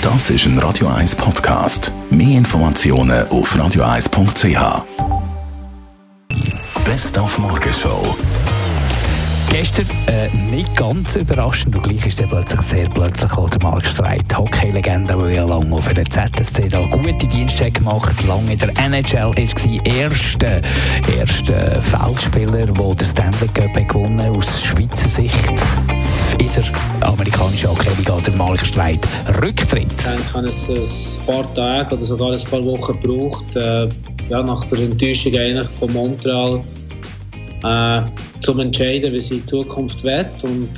Das ist ein Radio 1 Podcast. Mehr Informationen auf radio1.ch. Best auf Morgenshow. Gestern nicht ganz überraschend und gleich ist plötzlich sehr plötzlich auch der Marc Streit, Hockey-Legende, der ja lange auf der ZSC da gute Dienste gemacht, lange in der NHL war, erster Feldspieler, der den Stanley Cup gewonnen hat, aus Schweizer Sicht. In der amerikanischen Hockey-Liga, der Marc Streit, Rücktritt. Ich habe ein paar Tage oder sogar ein paar Wochen gebraucht, nach der Enttäuschung eigentlich von Montreal, zum entscheiden, wie sie in Zukunft wird. Und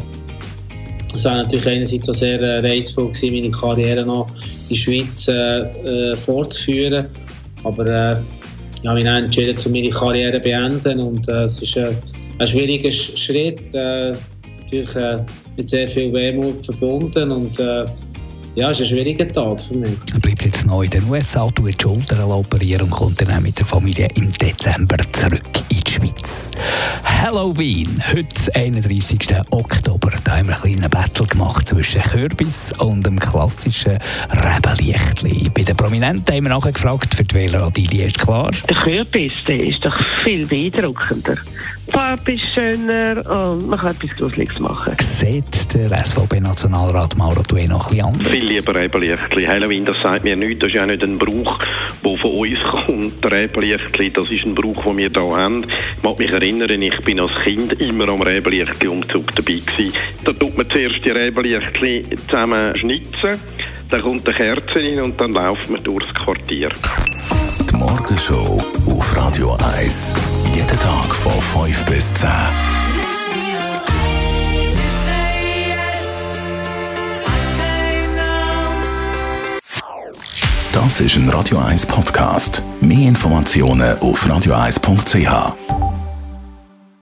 es war natürlich einerseits auch sehr reizvoll gewesen, meine Karriere noch in der Schweiz fortzuführen. Aber ich habe mich dann entschieden, meine Karriere zu beenden. Und es ist ein schwieriger Schritt, natürlich mit sehr viel Wehmut verbunden. Und es ist ein schwieriger Tag für mich. Er bleibt jetzt noch in den USA, tut die Schulter operieren und kommt dann mit der Familie im Dezember zurück in die Schweiz. Halloween, heute 31. Oktober. Da haben wir einen kleinen Battle gemacht zwischen Kürbis und dem klassischen Rebenlichtli. Bei den Prominenten haben wir nachher gefragt, für die Wähler-Adili ist klar. Der Kürbis, der ist doch viel beeindruckender. Die Farbe ist schöner und man kann etwas Gruseliges machen. Sieht der SVP-Nationalrat Mauro Tue noch etwas anders? Viel lieber Rebenlichtli. Halloween, das sagt mir nichts. Das ist ja nicht ein Brauch, der von uns kommt. Der Rebenlichtli, das ist ein Brauch, den wir hier haben. Ich mag mich erinnern, ich bin als Kind immer am Rebenlichtli-Umzug dabei gewesen. Da tut man zuerst die Rebenlichtli zusammen schnitzen, dann kommt eine Kerze rein und dann läuft man durchs Quartier. Die Morgenshow auf Radio 1. Jeden Tag von 5 bis 10. Das ist ein Radio 1 Podcast. Mehr Informationen auf radio1.ch.